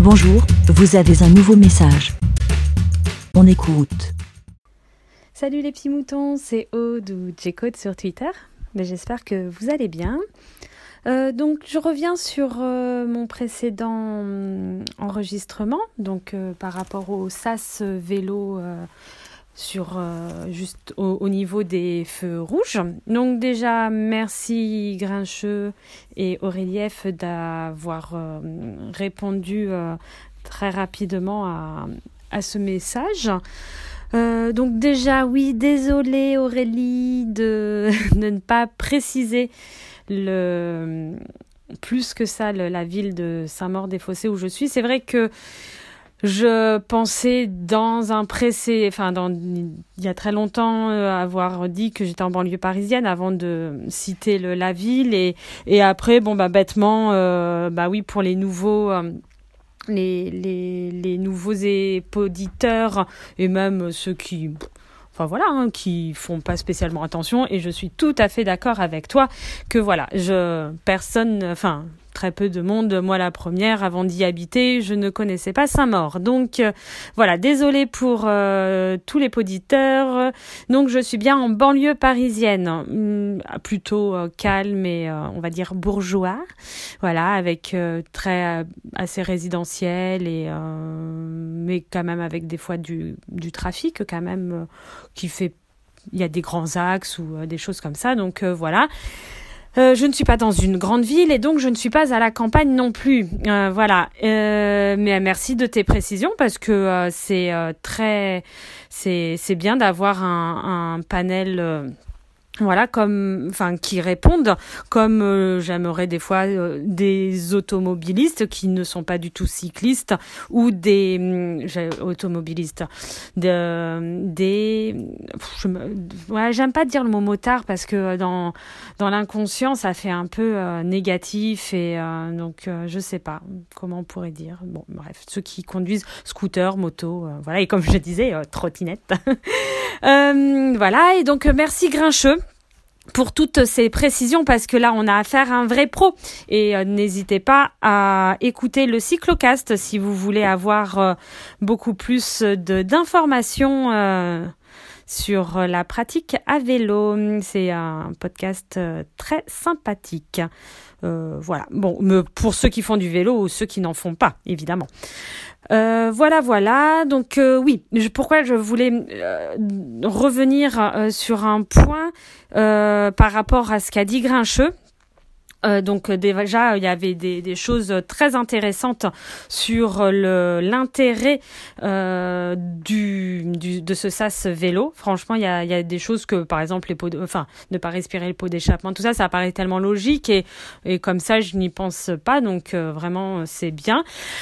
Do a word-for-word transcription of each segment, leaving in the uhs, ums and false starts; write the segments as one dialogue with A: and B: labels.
A: Bonjour, vous avez un nouveau message. On écoute.
B: Salut les petits moutons, c'est Aude ou J-Code sur Twitter. Mais j'espère que vous allez bien. Euh, donc je reviens sur euh, mon précédent euh, enregistrement, donc euh, par rapport au sas vélo euh, sur euh, juste au, au niveau des feux rouges. Donc déjà merci Grincheux et Aurélief d'avoir euh, répondu euh, très rapidement à, à ce message. Euh, donc déjà oui, désolée Aurélie de, de ne pas préciser le plus que ça le, la ville de Saint-Maur-des-Fossés où je suis. C'est vrai que je pensais dans un précédent, enfin dans il y a très longtemps euh, avoir dit que j'étais en banlieue parisienne avant de citer le, la ville et et après bon bah bêtement euh, bah oui pour les nouveaux euh, les les les nouveaux auditeurs et même ceux qui Enfin voilà, hein, qui font pas spécialement attention, et je suis tout à fait d'accord avec toi que voilà, je personne, enfin très peu de monde, moi la première, avant d'y habiter, je ne connaissais pas Saint-Maur. Donc euh, voilà, désolée pour euh, tous les auditeurs. Donc je suis bien en banlieue parisienne, hum, plutôt euh, calme et euh, on va dire bourgeois. Voilà, avec euh, très euh, assez résidentiel et euh, mais quand même avec des fois du du trafic quand même euh, qui fait, il y a des grands axes ou euh, des choses comme ça. Donc euh, voilà. Euh, je ne suis pas dans une grande ville et donc je ne suis pas à la campagne non plus. Euh, voilà. Euh, mais merci de tes précisions parce que euh, c'est euh, très, c'est c'est bien d'avoir un, un panel. Euh, Voilà, comme, enfin, qui répondent, comme euh, j'aimerais des fois euh, des automobilistes qui ne sont pas du tout cyclistes ou des euh, automobilistes, de, des, je me, ouais, j'aime pas dire le mot motard parce que dans dans l'inconscient ça fait un peu euh, négatif et euh, donc euh, je sais pas comment on pourrait dire. Bon, bref, ceux qui conduisent scooter, moto, euh, voilà, et comme je disais, euh, trottinette. euh, voilà, et donc merci Grincheux pour toutes ces précisions parce que là on a affaire à un vrai pro et euh, n'hésitez pas à écouter le Cyclocast si vous voulez avoir euh, beaucoup plus de d'informations euh, sur la pratique à vélo. C'est un podcast euh, très sympathique. Euh, voilà. Bon, mais pour ceux qui font du vélo ou ceux qui n'en font pas, évidemment. Euh, voilà, voilà. Donc euh, oui, je, pourquoi je voulais euh, revenir euh, sur un point euh, par rapport à ce qu'a dit Grincheux. Euh, donc déjà il y avait des, des choses très intéressantes sur le l'intérêt euh, du, du de ce sas vélo. Franchement il y a il y a des choses que par exemple les pots de, enfin ne pas respirer le pot d'échappement, tout ça ça paraît tellement logique et et comme ça je n'y pense pas, donc euh, vraiment c'est bien.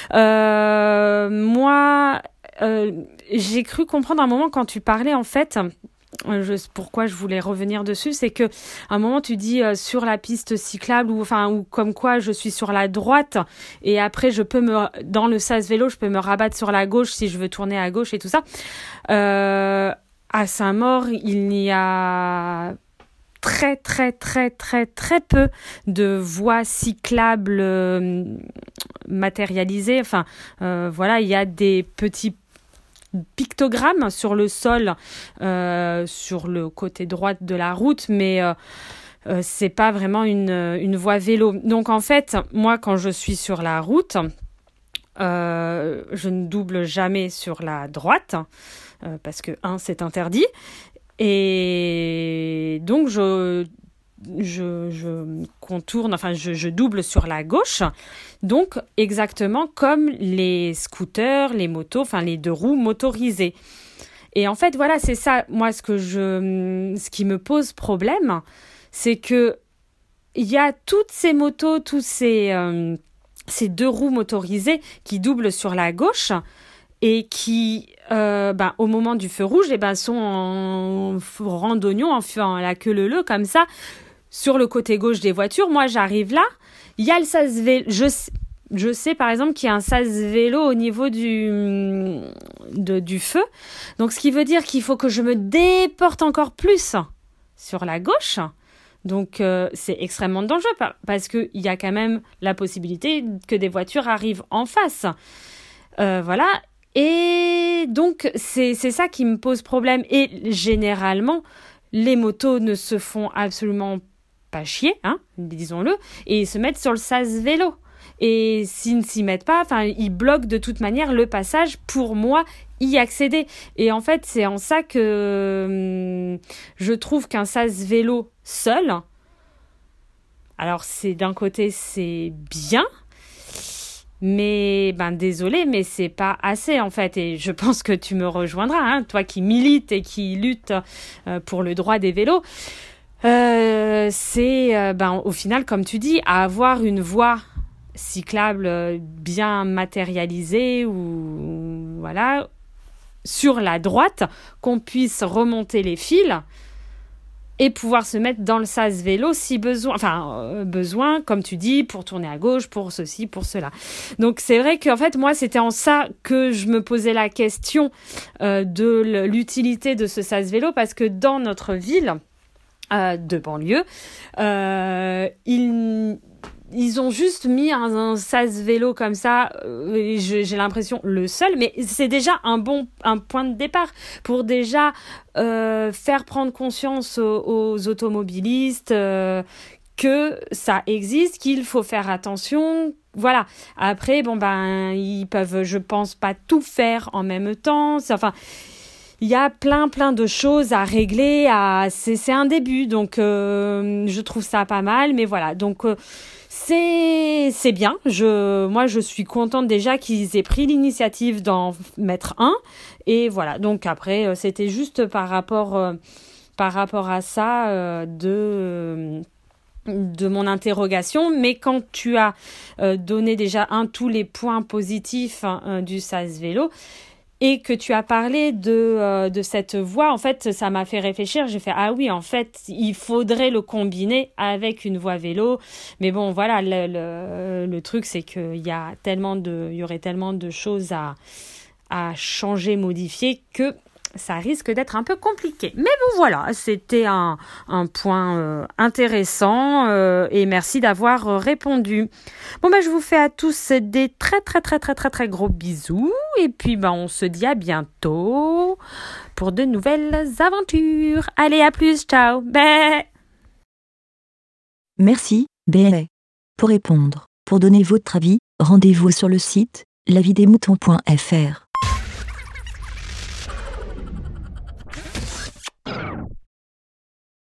B: Euh, moi euh, j'ai cru comprendre à un moment quand tu parlais en fait. Je, pourquoi je voulais revenir dessus, c'est que à un moment tu dis euh, sur la piste cyclable ou enfin ou comme quoi je suis sur la droite et après je peux me dans le sas vélo je peux me rabattre sur la gauche si je veux tourner à gauche et tout ça. Euh, à Saint-Maur il n'y a très très très très très peu de voies cyclables euh, matérialisées. Enfin euh, voilà, il y a des petits pictogramme sur le sol, euh, sur le côté droit de la route, mais euh, euh, c'est pas vraiment une, une voie vélo. Donc en fait, moi quand je suis sur la route, euh, je ne double jamais sur la droite, euh, parce que un, c'est interdit, et donc je Je, je contourne, enfin je, je double sur la gauche, donc exactement comme les scooters, les motos, enfin les deux roues motorisées. Et en fait voilà, c'est ça, moi ce que je, ce qui me pose problème, c'est que il y a toutes ces motos, tous ces euh, ces deux roues motorisées qui doublent sur la gauche et qui euh, ben, au moment du feu rouge, eh ben sont en randonnion, en, en la queue leu leu comme ça. Sur le côté gauche des voitures, moi j'arrive là, il y a le sas vélo. Je, je sais par exemple qu'il y a un sas vélo au niveau du, de, du feu. Donc ce qui veut dire qu'il faut que je me déporte encore plus sur la gauche. Donc euh, c'est extrêmement dangereux parce qu'il y a quand même la possibilité que des voitures arrivent en face. Euh, voilà. Et donc, c'est, c'est ça qui me pose problème. Et généralement, les motos ne se font absolument pas chier, hein, disons-le, et ils se mettent sur le sas vélo. Et s'ils ne s'y mettent pas, enfin, ils bloquent de toute manière le passage pour moi y accéder. Et en fait, c'est en ça que hum, je trouve qu'un sas vélo seul, alors c'est d'un côté c'est bien, mais ben désolé, mais c'est pas assez en fait. Et je pense que tu me rejoindras, hein, toi qui milites et qui luttes euh, pour le droit des vélos. Euh, c'est euh, ben au final, comme tu dis, à avoir une voie cyclable bien matérialisée ou, ou voilà sur la droite, qu'on puisse remonter les fils et pouvoir se mettre dans le sas vélo si besoin, enfin euh, besoin, comme tu dis, pour tourner à gauche, pour ceci, pour cela. Donc c'est vrai qu'en fait moi c'était en ça que je me posais la question euh, de l'utilité de ce sas vélo, parce que dans notre ville euh, de banlieue, euh, il Ils ont juste mis un, un sas vélo comme ça, euh, et je, j'ai l'impression le seul, mais c'est déjà un bon un point de départ pour déjà euh, faire prendre conscience aux, aux automobilistes euh, que ça existe, qu'il faut faire attention. Voilà. Après, bon ben, ils peuvent, je pense, pas tout faire en même temps. C'est, enfin, il y a plein plein de choses à régler. À, c'est c'est un début, donc euh, je trouve ça pas mal. Mais voilà, donc. Euh, C'est, c'est bien. Je, moi, je suis contente déjà qu'ils aient pris l'initiative d'en mettre un. Et voilà. Donc après, c'était juste par rapport, euh, par rapport à ça euh, de, de mon interrogation. Mais quand tu as euh, donné déjà un tous les points positifs hein, du sas vélo, et que tu as parlé de, euh, de cette voie, en fait, ça m'a fait réfléchir. J'ai fait, ah oui, en fait, il faudrait le combiner avec une voie vélo. Mais bon, voilà, le, le, le truc, c'est qu'il y a tellement de, il y aurait tellement de choses à, à changer, modifier, que ça risque d'être un peu compliqué. Mais bon, voilà, c'était un, un point euh, intéressant euh, et merci d'avoir euh, répondu. Bon, bah, je vous fais à tous des très, très, très, très, très, très gros bisous. Et puis, bah, on se dit à bientôt pour de nouvelles aventures. Allez, à plus, ciao. Bye.
A: Merci, B L A. Pour répondre, pour donner votre avis, rendez-vous sur le site la vie des moutons point f r.